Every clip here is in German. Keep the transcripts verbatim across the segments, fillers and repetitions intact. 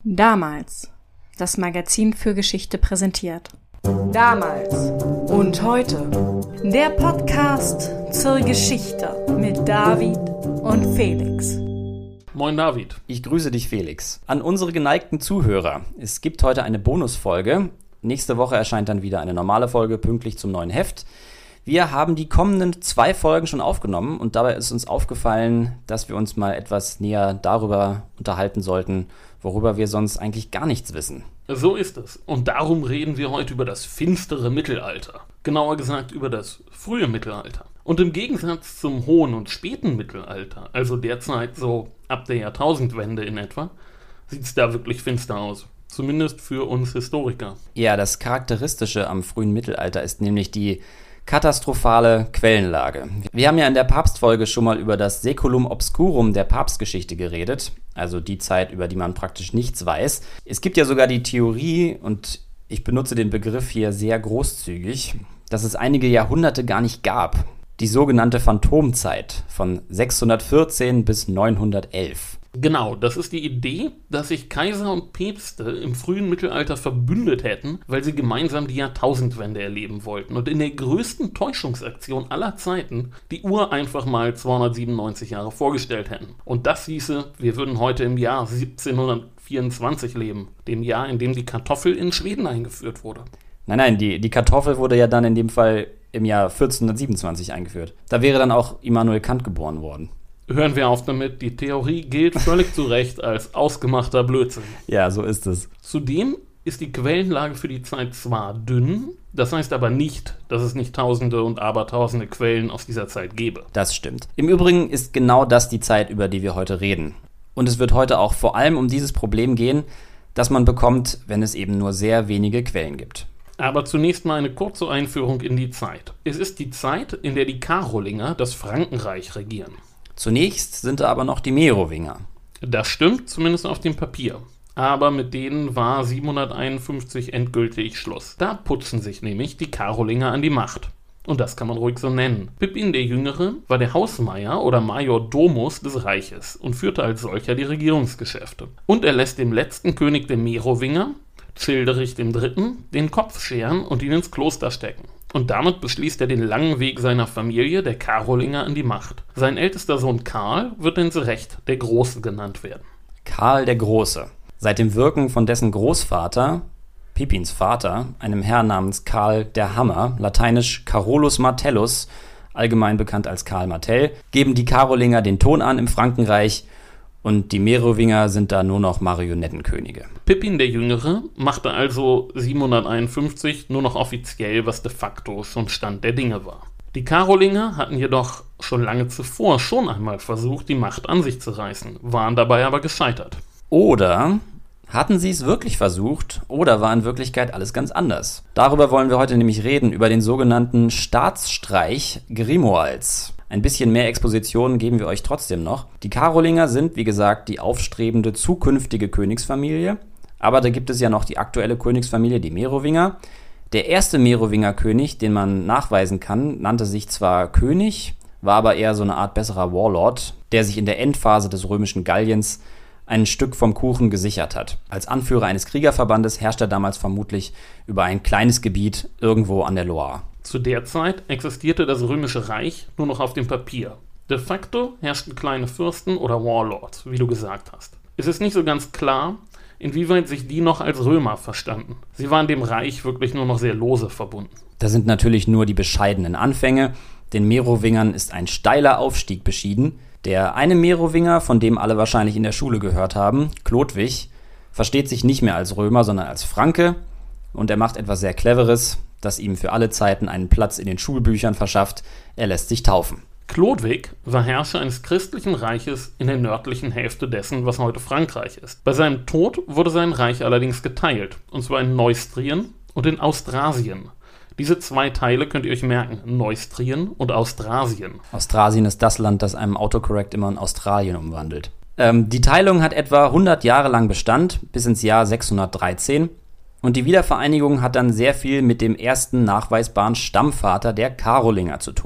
Damals. Das Magazin für Geschichte präsentiert. Damals und heute. Der Podcast zur Geschichte mit David und Felix. Moin David. Ich grüße dich, Felix. An unsere geneigten Zuhörer. Es gibt heute eine Bonusfolge. Nächste Woche erscheint dann wieder eine normale Folge, pünktlich zum neuen Heft. Wir haben die kommenden zwei Folgen schon aufgenommen und dabei ist uns aufgefallen, dass wir uns mal etwas näher darüber unterhalten sollten, worüber wir sonst eigentlich gar nichts wissen. So ist es. Und darum reden wir heute über das finstere Mittelalter. Genauer gesagt über das frühe Mittelalter. Und im Gegensatz zum hohen und späten Mittelalter, also derzeit so ab der Jahrtausendwende in etwa, sieht es da wirklich finster aus. Zumindest für uns Historiker. Ja, das Charakteristische am frühen Mittelalter ist nämlich die katastrophale Quellenlage. Wir haben ja in der Papstfolge schon mal über das Saeculum obscurum der Papstgeschichte geredet, also die Zeit, über die man praktisch nichts weiß. Es gibt ja sogar die Theorie, und ich benutze den Begriff hier sehr großzügig, dass es einige Jahrhunderte gar nicht gab. Die sogenannte Phantomzeit von sechshundertvierzehn bis neunhundertelf. Genau, das ist die Idee, dass sich Kaiser und Päpste im frühen Mittelalter verbündet hätten, weil sie gemeinsam die Jahrtausendwende erleben wollten und in der größten Täuschungsaktion aller Zeiten die Uhr einfach mal zweihundertsiebenundneunzig Jahre vorgestellt hätten. Und das hieße, wir würden heute im Jahr siebzehnhundertvierundzwanzig leben, dem Jahr, in dem die Kartoffel in Schweden eingeführt wurde. Nein, nein, die, die Kartoffel wurde ja dann in dem Fall im Jahr vierzehnhundertsiebenundzwanzig eingeführt. Da wäre dann auch Immanuel Kant geboren worden. Hören wir auf damit, die Theorie gilt völlig zu Recht als ausgemachter Blödsinn. Ja, so ist es. Zudem ist die Quellenlage für die Zeit zwar dünn, das heißt aber nicht, dass es nicht tausende und abertausende Quellen aus dieser Zeit gäbe. Das stimmt. Im Übrigen ist genau das die Zeit, über die wir heute reden. Und es wird heute auch vor allem um dieses Problem gehen, das man bekommt, wenn es eben nur sehr wenige Quellen gibt. Aber zunächst mal eine kurze Einführung in die Zeit. Es ist die Zeit, in der die Karolinger das Frankenreich regieren. Zunächst sind da aber noch die Merowinger. Das stimmt, zumindest auf dem Papier. Aber mit denen war siebenhunderteinundfünfzig endgültig Schluss. Da putzen sich nämlich die Karolinger an die Macht. Und das kann man ruhig so nennen. Pippin der Jüngere war der Hausmeier oder Major Domus des Reiches und führte als solcher die Regierungsgeschäfte. Und er lässt dem letzten König der Merowinger, Childerich der Dritte., den Kopf scheren und ihn ins Kloster stecken. Und damit beschließt er den langen Weg seiner Familie, der Karolinger, an die Macht. Sein ältester Sohn Karl wird ins Recht der Große genannt werden. Karl der Große. Seit dem Wirken von dessen Großvater, Pippins Vater, einem Herrn namens Karl der Hammer, lateinisch Carolus Martellus, allgemein bekannt als Karl Martell, geben die Karolinger den Ton an im Frankenreich und die Merowinger sind da nur noch Marionettenkönige. Pippin der Jüngere machte also siebenhunderteinundfünfzig nur noch offiziell, was de facto schon Stand der Dinge war. Die Karolinger hatten jedoch schon lange zuvor schon einmal versucht, die Macht an sich zu reißen, waren dabei aber gescheitert. Oder hatten sie es wirklich versucht, oder war in Wirklichkeit alles ganz anders? Darüber wollen wir heute nämlich reden, über den sogenannten Staatsstreich Grimoalds. Ein bisschen mehr Exposition geben wir euch trotzdem noch. Die Karolinger sind, wie gesagt, die aufstrebende zukünftige Königsfamilie. Aber da gibt es ja noch die aktuelle Königsfamilie, die Merowinger. Der erste Merowinger König, den man nachweisen kann, nannte sich zwar König, war aber eher so eine Art besserer Warlord, der sich in der Endphase des römischen Galliens ein Stück vom Kuchen gesichert hat. Als Anführer eines Kriegerverbandes herrschte er damals vermutlich über ein kleines Gebiet irgendwo an der Loire. Zu der Zeit existierte das Römische Reich nur noch auf dem Papier. De facto herrschten kleine Fürsten oder Warlords, wie du gesagt hast. Es ist nicht so ganz klar, inwieweit sich die noch als Römer verstanden. Sie waren dem Reich wirklich nur noch sehr lose verbunden. Da sind natürlich nur die bescheidenen Anfänge. Den Merowingern ist ein steiler Aufstieg beschieden. Der eine Merowinger, von dem alle wahrscheinlich in der Schule gehört haben, Chlodwig, versteht sich nicht mehr als Römer, sondern als Franke. Und er macht etwas sehr Cleveres, das ihm für alle Zeiten einen Platz in den Schulbüchern verschafft. Er lässt sich taufen. Chlodwig war Herrscher eines christlichen Reiches in der nördlichen Hälfte dessen, was heute Frankreich ist. Bei seinem Tod wurde sein Reich allerdings geteilt, und zwar in Neustrien und in Austrasien. Diese zwei Teile könnt ihr euch merken, Neustrien und Austrasien. Austrasien ist das Land, das einem Autocorrect immer in Australien umwandelt. Ähm, die Teilung hat etwa hundert Jahre lang Bestand, bis ins Jahr sechshundertdreizehn. Und die Wiedervereinigung hat dann sehr viel mit dem ersten nachweisbaren Stammvater der Karolinger zu tun,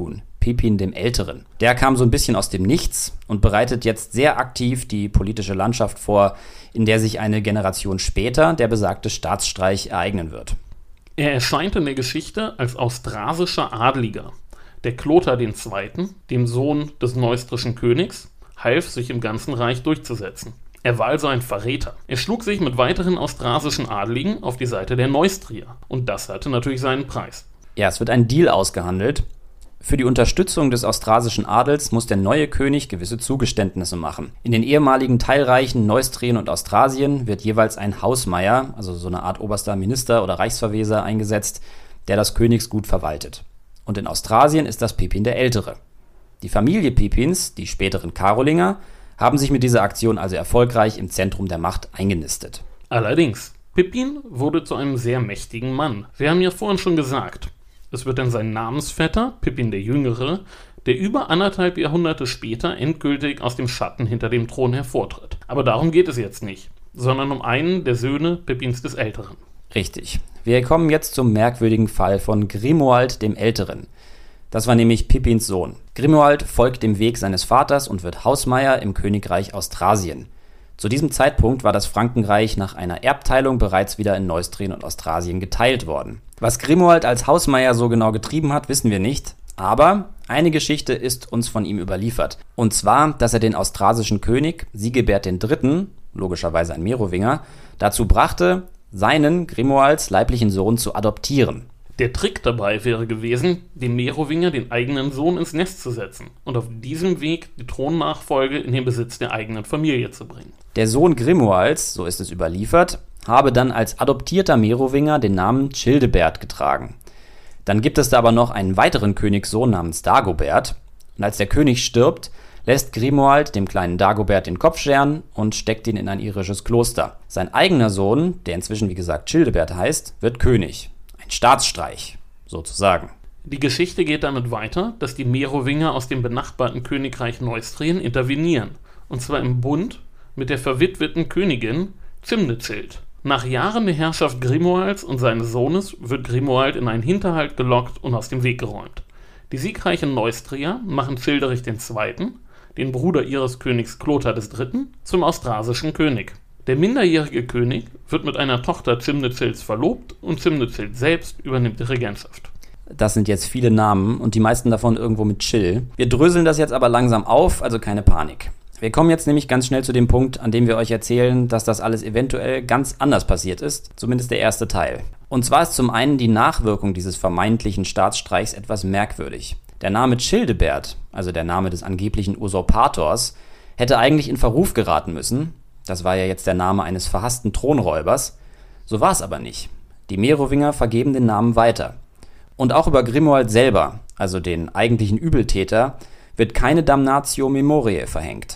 Pipin dem Älteren. Der kam so ein bisschen aus dem Nichts und bereitet jetzt sehr aktiv die politische Landschaft vor, in der sich eine Generation später der besagte Staatsstreich ereignen wird. Er erscheint in der Geschichte als austrasischer Adliger. Der Clothar der Zweite., dem Sohn des neustrischen Königs, half, sich im ganzen Reich durchzusetzen. Er war also ein Verräter. Er schlug sich mit weiteren austrasischen Adligen auf die Seite der Neustrier. Und das hatte natürlich seinen Preis. Ja, es wird ein Deal ausgehandelt. Für die Unterstützung des austrasischen Adels muss der neue König gewisse Zugeständnisse machen. In den ehemaligen Teilreichen Neustrien und Austrasien wird jeweils ein Hausmeier, also so eine Art oberster Minister oder Reichsverweser, eingesetzt, der das Königsgut verwaltet. Und in Austrasien ist das Pipin der Ältere. Die Familie Pipins, die späteren Karolinger, haben sich mit dieser Aktion also erfolgreich im Zentrum der Macht eingenistet. Allerdings, Pipin wurde zu einem sehr mächtigen Mann. Wir haben ja vorhin schon gesagt, es wird dann sein Namensvetter, Pipin der Jüngere, der über anderthalb Jahrhunderte später endgültig aus dem Schatten hinter dem Thron hervortritt. Aber darum geht es jetzt nicht, sondern um einen der Söhne Pipins des Älteren. Richtig. Wir kommen jetzt zum merkwürdigen Fall von Grimoald dem Älteren. Das war nämlich Pipins Sohn. Grimoald folgt dem Weg seines Vaters und wird Hausmeier im Königreich Austrasien. Zu diesem Zeitpunkt war das Frankenreich nach einer Erbteilung bereits wieder in Neustrien und Austrasien geteilt worden. Was Grimoald als Hausmeier so genau getrieben hat, wissen wir nicht, aber eine Geschichte ist uns von ihm überliefert. Und zwar, dass er den austrasischen König Sigebert der Dritte., logischerweise ein Merowinger, dazu brachte, seinen, Grimoalds, leiblichen Sohn zu adoptieren. Der Trick dabei wäre gewesen, dem Merowinger den eigenen Sohn ins Nest zu setzen und auf diesem Weg die Thronnachfolge in den Besitz der eigenen Familie zu bringen. Der Sohn Grimoalds, so ist es überliefert, habe dann als adoptierter Merowinger den Namen Childebert getragen. Dann gibt es da aber noch einen weiteren Königssohn namens Dagobert, und als der König stirbt, lässt Grimoald dem kleinen Dagobert den Kopf scheren und steckt ihn in ein irisches Kloster. Sein eigener Sohn, der inzwischen wie gesagt Childebert heißt, wird König. Ein Staatsstreich, sozusagen. Die Geschichte geht damit weiter, dass die Merowinger aus dem benachbarten Königreich Neustrien intervenieren, und zwar im Bund mit der verwitweten Königin Cimnezild. Nach Jahren der Herrschaft Grimoalds und seines Sohnes wird Grimoald in einen Hinterhalt gelockt und aus dem Weg geräumt. Die siegreichen Neustrier machen Childerich der Zweite., den Bruder ihres Königs Clothar des Dritten., zum austrasischen König. Der minderjährige König wird mit einer Tochter Cimnezilds verlobt und Cimnezild selbst übernimmt die Regentschaft. Das sind jetzt viele Namen und die meisten davon irgendwo mit Chill. Wir dröseln das jetzt aber langsam auf, also keine Panik. Wir kommen jetzt nämlich ganz schnell zu dem Punkt, an dem wir euch erzählen, dass das alles eventuell ganz anders passiert ist, zumindest der erste Teil. Und zwar ist zum einen die Nachwirkung dieses vermeintlichen Staatsstreichs etwas merkwürdig. Der Name Childebert, also der Name des angeblichen Usurpators, hätte eigentlich in Verruf geraten müssen. Das war ja jetzt der Name eines verhassten Thronräubers. So war es aber nicht. Die Merowinger vergeben den Namen weiter. Und auch über Grimoald selber, also den eigentlichen Übeltäter, wird keine Damnatio Memoriae verhängt.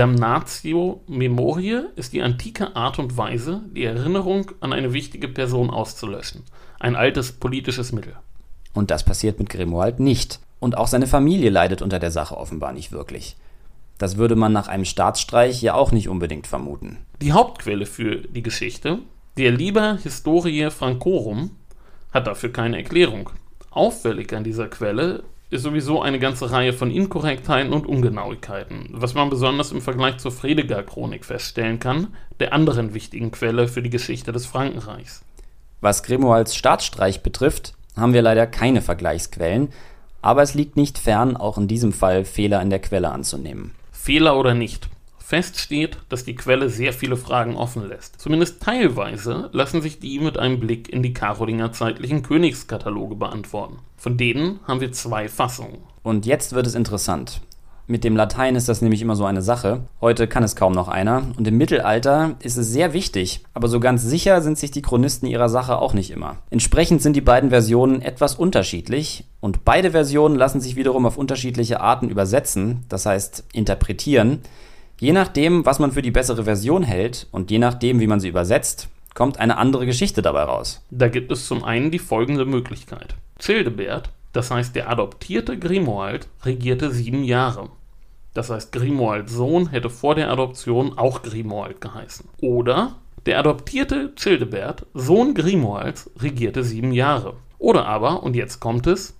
Damnatio Memoriae ist die antike Art und Weise, die Erinnerung an eine wichtige Person auszulöschen. Ein altes politisches Mittel. Und das passiert mit Grimoald nicht. Und auch seine Familie leidet unter der Sache offenbar nicht wirklich. Das würde man nach einem Staatsstreich ja auch nicht unbedingt vermuten. Die Hauptquelle für die Geschichte, der Liber Historiae Francorum, hat dafür keine Erklärung. Auffällig an dieser Quelle ist sowieso eine ganze Reihe von Inkorrektheiten und Ungenauigkeiten, was man besonders im Vergleich zur Fredegar-Chronik feststellen kann, der anderen wichtigen Quelle für die Geschichte des Frankenreichs. Was Grimoalds Staatsstreich betrifft, haben wir leider keine Vergleichsquellen, aber es liegt nicht fern, auch in diesem Fall Fehler in der Quelle anzunehmen. Fehler oder nicht. Fest steht, dass die Quelle sehr viele Fragen offen lässt. Zumindest teilweise lassen sich die mit einem Blick in die karolingerzeitlichen Königskataloge beantworten. Von denen haben wir zwei Fassungen. Und jetzt wird es interessant. Mit dem Latein ist das nämlich immer so eine Sache. Heute kann es kaum noch einer. Und im Mittelalter ist es sehr wichtig. Aber so ganz sicher sind sich die Chronisten ihrer Sache auch nicht immer. Entsprechend sind die beiden Versionen etwas unterschiedlich. Und beide Versionen lassen sich wiederum auf unterschiedliche Arten übersetzen, das heißt interpretieren. Je nachdem, was man für die bessere Version hält und je nachdem, wie man sie übersetzt, kommt eine andere Geschichte dabei raus. Da gibt es zum einen die folgende Möglichkeit. Childebert, das heißt der adoptierte Grimoald, regierte sieben Jahre. Das heißt, Grimoalds Sohn hätte vor der Adoption auch Grimoald geheißen. Oder der adoptierte Childebert, Sohn Grimoalds, regierte sieben Jahre. Oder aber, und jetzt kommt es,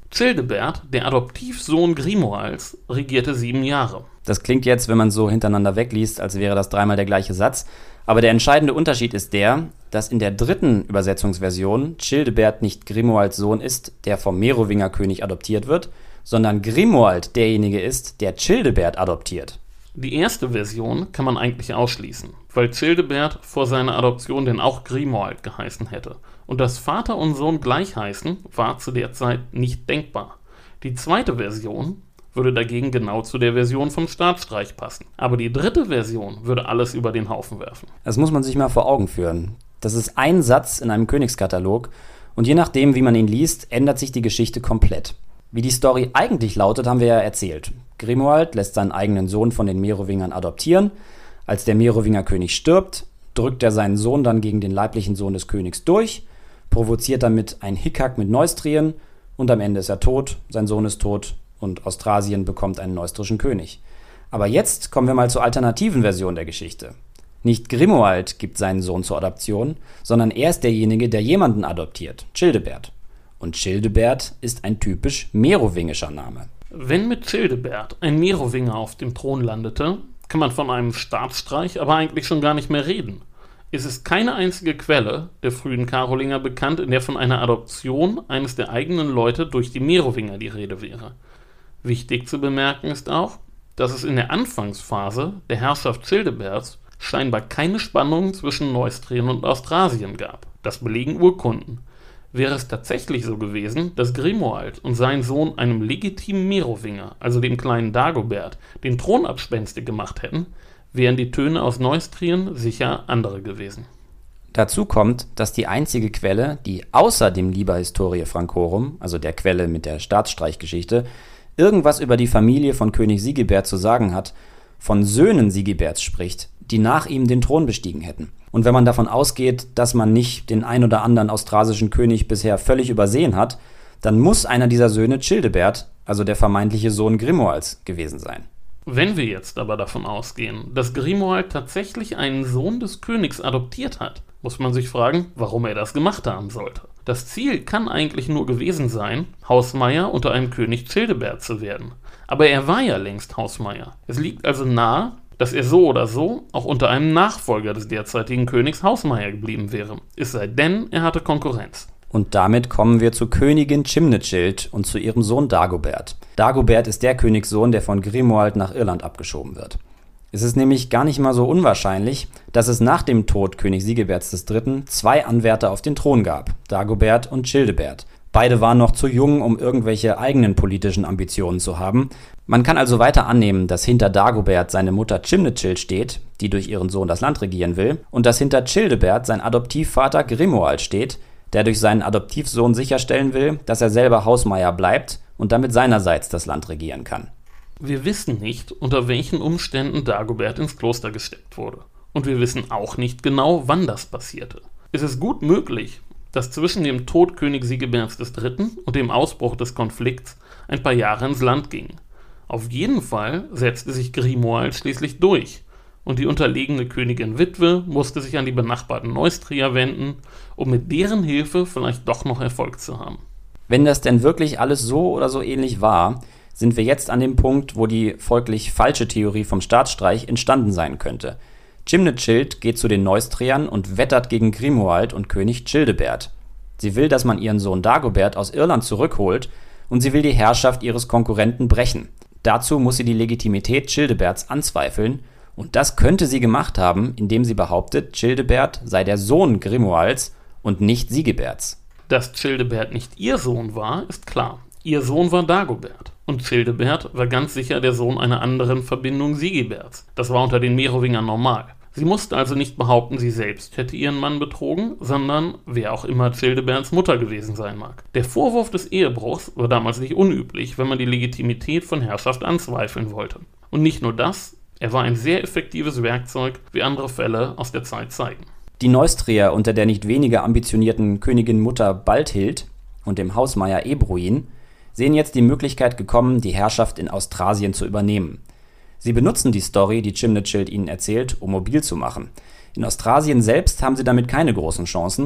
Childebert, der Adoptivsohn Grimoalds, regierte sieben Jahre. Das klingt jetzt, wenn man so hintereinander wegliest, als wäre das dreimal der gleiche Satz. Aber der entscheidende Unterschied ist der, dass in der dritten Übersetzungsversion Childebert nicht Grimoalds Sohn ist, der vom Merowingerkönig adoptiert wird, sondern Grimoald derjenige ist, der Childebert adoptiert. Die erste Version kann man eigentlich ausschließen, weil Childebert vor seiner Adoption denn auch Grimoald geheißen hätte. Und dass Vater und Sohn gleich heißen, war zu der Zeit nicht denkbar. Die zweite Version würde dagegen genau zu der Version vom Staatsstreich passen. Aber die dritte Version würde alles über den Haufen werfen. Das muss man sich mal vor Augen führen. Das ist ein Satz in einem Königskatalog und je nachdem, wie man ihn liest, ändert sich die Geschichte komplett. Wie die Story eigentlich lautet, haben wir ja erzählt. Grimoald lässt seinen eigenen Sohn von den Merowingern adoptieren. Als der Merowingerkönig stirbt, drückt er seinen Sohn dann gegen den leiblichen Sohn des Königs durch, provoziert damit ein Hickhack mit Neustrien und am Ende ist er tot, sein Sohn ist tot und Austrasien bekommt einen neustrischen König. Aber jetzt kommen wir mal zur alternativen Version der Geschichte. Nicht Grimoald gibt seinen Sohn zur Adoption, sondern er ist derjenige, der jemanden adoptiert, Childebert. Und Childebert ist ein typisch merowingischer Name. Wenn mit Childebert ein Merowinger auf dem Thron landete, kann man von einem Staatsstreich aber eigentlich schon gar nicht mehr reden. Es ist keine einzige Quelle der frühen Karolinger bekannt, in der von einer Adoption eines der eigenen Leute durch die Merowinger die Rede wäre. Wichtig zu bemerken ist auch, dass es in der Anfangsphase der Herrschaft Childeberts scheinbar keine Spannungen zwischen Neustrien und Austrasien gab. Das belegen Urkunden. Wäre es tatsächlich so gewesen, dass Grimoald und sein Sohn einem legitimen Merowinger, also dem kleinen Dagobert, den Thron abspenstig gemacht hätten, wären die Töne aus Neustrien sicher andere gewesen. Dazu kommt, dass die einzige Quelle, die außer dem Liber Historiae Francorum, also der Quelle mit der Staatsstreichgeschichte, irgendwas über die Familie von König Sigebert zu sagen hat, von Söhnen Sigeberts spricht, die nach ihm den Thron bestiegen hätten. Und wenn man davon ausgeht, dass man nicht den ein oder anderen austrasischen König bisher völlig übersehen hat, dann muss einer dieser Söhne Childebert, also der vermeintliche Sohn Grimoalds, gewesen sein. Wenn wir jetzt aber davon ausgehen, dass Grimoald tatsächlich einen Sohn des Königs adoptiert hat, muss man sich fragen, warum er das gemacht haben sollte. Das Ziel kann eigentlich nur gewesen sein, Hausmeier unter einem König Childebert zu werden. Aber er war ja längst Hausmeier. Es liegt also nahe, dass er so oder so auch unter einem Nachfolger des derzeitigen Königs Hausmeier geblieben wäre. Es sei denn, er hatte Konkurrenz. Und damit kommen wir zu Königin Chimnechild und zu ihrem Sohn Dagobert. Dagobert ist der Königssohn, der von Grimoald nach Irland abgeschoben wird. Es ist nämlich gar nicht mal so unwahrscheinlich, dass es nach dem Tod König Sigeberts des Dritten zwei Anwärter auf den Thron gab, Dagobert und Childebert. Beide waren noch zu jung, um irgendwelche eigenen politischen Ambitionen zu haben. Man kann also weiter annehmen, dass hinter Dagobert seine Mutter Chimnechild steht, die durch ihren Sohn das Land regieren will, und dass hinter Childebert sein Adoptivvater Grimoald steht, der durch seinen Adoptivsohn sicherstellen will, dass er selber Hausmeier bleibt und damit seinerseits das Land regieren kann. Wir wissen nicht, unter welchen Umständen Dagobert ins Kloster gesteckt wurde. Und wir wissen auch nicht genau, wann das passierte. Es ist gut möglich, dass zwischen dem Tod König Sigeberts des Dritten und dem Ausbruch des Konflikts ein paar Jahre ins Land gingen. Auf jeden Fall setzte sich Grimoald schließlich durch und die unterlegene Königin Witwe musste sich an die benachbarten Neustrier wenden, um mit deren Hilfe vielleicht doch noch Erfolg zu haben. Wenn das denn wirklich alles so oder so ähnlich war, sind wir jetzt an dem Punkt, wo die folglich falsche Theorie vom Staatsstreich entstanden sein könnte. Chimnechild geht zu den Neustriern und wettert gegen Grimoald und König Childebert. Sie will, dass man ihren Sohn Dagobert aus Irland zurückholt und sie will die Herrschaft ihres Konkurrenten brechen. Dazu muss sie die Legitimität Childeberts anzweifeln und das könnte sie gemacht haben, indem sie behauptet, Childebert sei der Sohn Grimoalds und nicht Sigeberts. Dass Childebert nicht ihr Sohn war, ist klar. Ihr Sohn war Dagobert. Und Childebert war ganz sicher der Sohn einer anderen Verbindung Sigeberts. Das war unter den Merowingern normal. Sie musste also nicht behaupten, sie selbst hätte ihren Mann betrogen, sondern wer auch immer Childeberts Mutter gewesen sein mag. Der Vorwurf des Ehebruchs war damals nicht unüblich, wenn man die Legitimität von Herrschaft anzweifeln wollte. Und nicht nur das, er war ein sehr effektives Werkzeug, wie andere Fälle aus der Zeit zeigen. Die Neustrier unter der nicht weniger ambitionierten Königin Mutter Baldhild und dem Hausmeier Ebroin sehen jetzt die Möglichkeit gekommen, die Herrschaft in Austrasien zu übernehmen. Sie benutzen die Story, die Chimnechild ihnen erzählt, um mobil zu machen. In Austrasien selbst haben sie damit keine großen Chancen,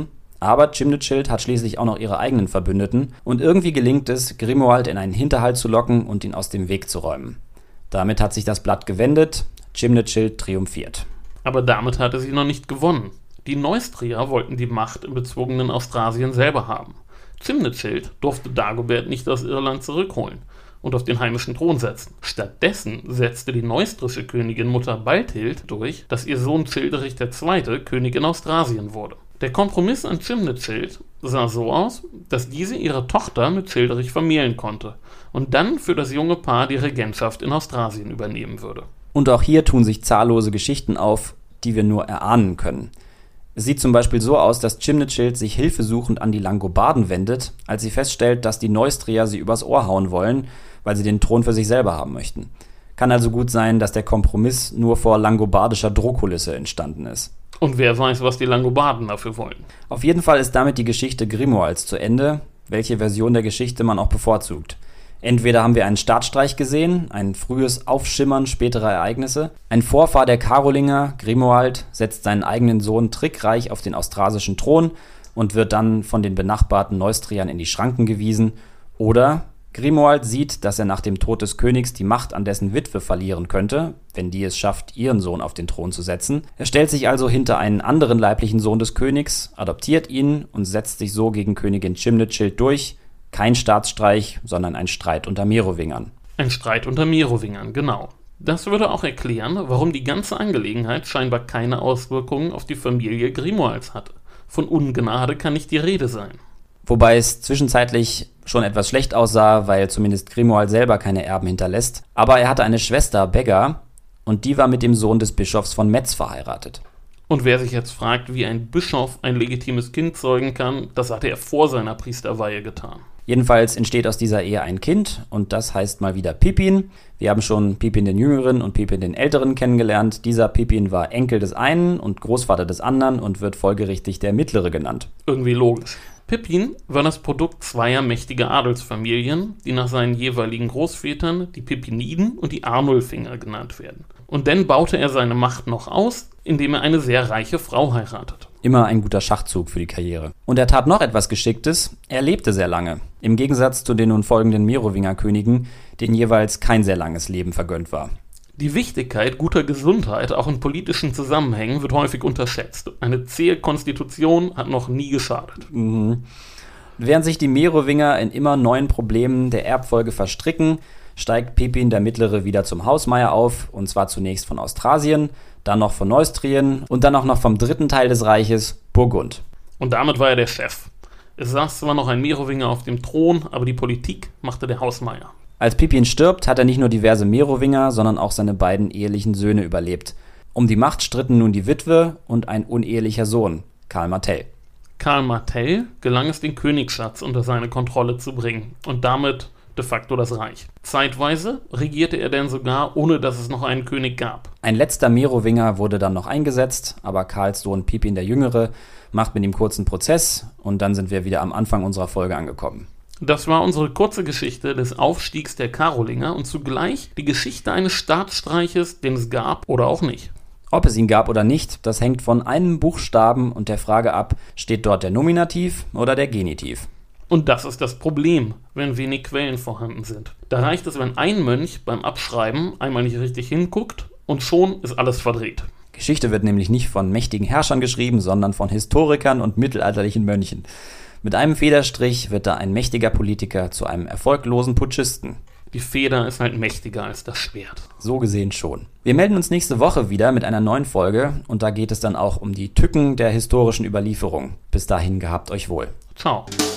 Aber Chimnitchild hat schließlich auch noch ihre eigenen Verbündeten und irgendwie gelingt es, Grimoald in einen Hinterhalt zu locken und ihn aus dem Weg zu räumen. Damit hat sich das Blatt gewendet, Chimnitchild triumphiert. Aber damit hatte sie noch nicht gewonnen. Die Neustrier wollten die Macht im bezwungenen Austrasien selber haben. Chimnitchild durfte Dagobert nicht aus Irland zurückholen und auf den heimischen Thron setzen. Stattdessen setzte die neustrische Königin Mutter Balthild durch, dass ihr Sohn Childerich der Zweite König in Austrasien wurde. Der Kompromiss an Chimnitchild sah so aus, dass diese ihre Tochter mit Childerich vermählen konnte und dann für das junge Paar die Regentschaft in Austrasien übernehmen würde. Und auch hier tun sich zahllose Geschichten auf, die wir nur erahnen können. Es sieht zum Beispiel so aus, dass Chimnitchild sich hilfesuchend an die Langobarden wendet, als sie feststellt, dass die Neustrier sie übers Ohr hauen wollen, weil sie den Thron für sich selber haben möchten. Kann also gut sein, dass der Kompromiss nur vor langobardischer Drohkulisse entstanden ist. Und wer weiß, was die Langobarden dafür wollen. Auf jeden Fall ist damit die Geschichte Grimoalds zu Ende, welche Version der Geschichte man auch bevorzugt. Entweder haben wir einen Staatsstreich gesehen, ein frühes Aufschimmern späterer Ereignisse. Ein Vorfahr der Karolinger, Grimoald, setzt seinen eigenen Sohn trickreich auf den austrasischen Thron und wird dann von den benachbarten Neustriern in die Schranken gewiesen. Oder Grimoald sieht, dass er nach dem Tod des Königs die Macht an dessen Witwe verlieren könnte, wenn die es schafft, ihren Sohn auf den Thron zu setzen. Er stellt sich also hinter einen anderen leiblichen Sohn des Königs, adoptiert ihn und setzt sich so gegen Königin Chimnitchild durch. Kein Staatsstreich, sondern ein Streit unter Merowingern. Ein Streit unter Merowingern, genau. Das würde auch erklären, warum die ganze Angelegenheit scheinbar keine Auswirkungen auf die Familie Grimoalds hatte. Von Ungnade kann nicht die Rede sein. Wobei es zwischenzeitlich schon etwas schlecht aussah, weil zumindest Grimoald selber keine Erben hinterlässt. Aber er hatte eine Schwester, Begga, und die war mit dem Sohn des Bischofs von Metz verheiratet. Und wer sich jetzt fragt, wie ein Bischof ein legitimes Kind zeugen kann, das hatte er vor seiner Priesterweihe getan. Jedenfalls entsteht aus dieser Ehe ein Kind und das heißt mal wieder Pippin. Wir haben schon Pippin den Jüngeren und Pippin den Älteren kennengelernt. Dieser Pippin war Enkel des einen und Großvater des anderen und wird folgerichtig der Mittlere genannt. Irgendwie logisch. Pippin war das Produkt zweier mächtiger Adelsfamilien, die nach seinen jeweiligen Großvätern die Pippiniden und die Arnulfinger genannt werden. Und dann baute er seine Macht noch aus, indem er eine sehr reiche Frau heiratet. Immer ein guter Schachzug für die Karriere. Und er tat noch etwas Geschicktes, er lebte sehr lange. Im Gegensatz zu den nun folgenden Merowinger-Königen, denen jeweils kein sehr langes Leben vergönnt war. Die Wichtigkeit guter Gesundheit, auch in politischen Zusammenhängen, wird häufig unterschätzt. Eine zähe Konstitution hat noch nie geschadet. Mhm. Während sich die Merowinger in immer neuen Problemen der Erbfolge verstricken, steigt Pippin der Mittlere wieder zum Hausmeier auf, und zwar zunächst von Austrasien, dann noch von Neustrien und dann auch noch vom dritten Teil des Reiches, Burgund. Und damit war er der Chef. Es saß zwar noch ein Merowinger auf dem Thron, aber die Politik machte der Hausmeier. Als Pippin stirbt, hat er nicht nur diverse Merowinger, sondern auch seine beiden ehelichen Söhne überlebt. Um die Macht stritten nun die Witwe und ein unehelicher Sohn, Karl Martell. Karl Martell gelang es, den Königsschatz unter seine Kontrolle zu bringen und damit de facto das Reich. Zeitweise regierte er denn sogar, ohne dass es noch einen König gab. Ein letzter Merowinger wurde dann noch eingesetzt, aber Karls Sohn Pippin der Jüngere macht mit ihm kurzen Prozess und dann sind wir wieder am Anfang unserer Folge angekommen. Das war unsere kurze Geschichte des Aufstiegs der Karolinger und zugleich die Geschichte eines Staatsstreiches, den es gab oder auch nicht. Ob es ihn gab oder nicht, das hängt von einem Buchstaben und der Frage ab, steht dort der Nominativ oder der Genitiv. Und das ist das Problem, wenn wenig Quellen vorhanden sind. Da reicht es, wenn ein Mönch beim Abschreiben einmal nicht richtig hinguckt und schon ist alles verdreht. Geschichte wird nämlich nicht von mächtigen Herrschern geschrieben, sondern von Historikern und mittelalterlichen Mönchen. Mit einem Federstrich wird da ein mächtiger Politiker zu einem erfolglosen Putschisten. Die Feder ist halt mächtiger als das Schwert. So gesehen schon. Wir melden uns nächste Woche wieder mit einer neuen Folge und da geht es dann auch um die Tücken der historischen Überlieferung. Bis dahin gehabt euch wohl. Ciao.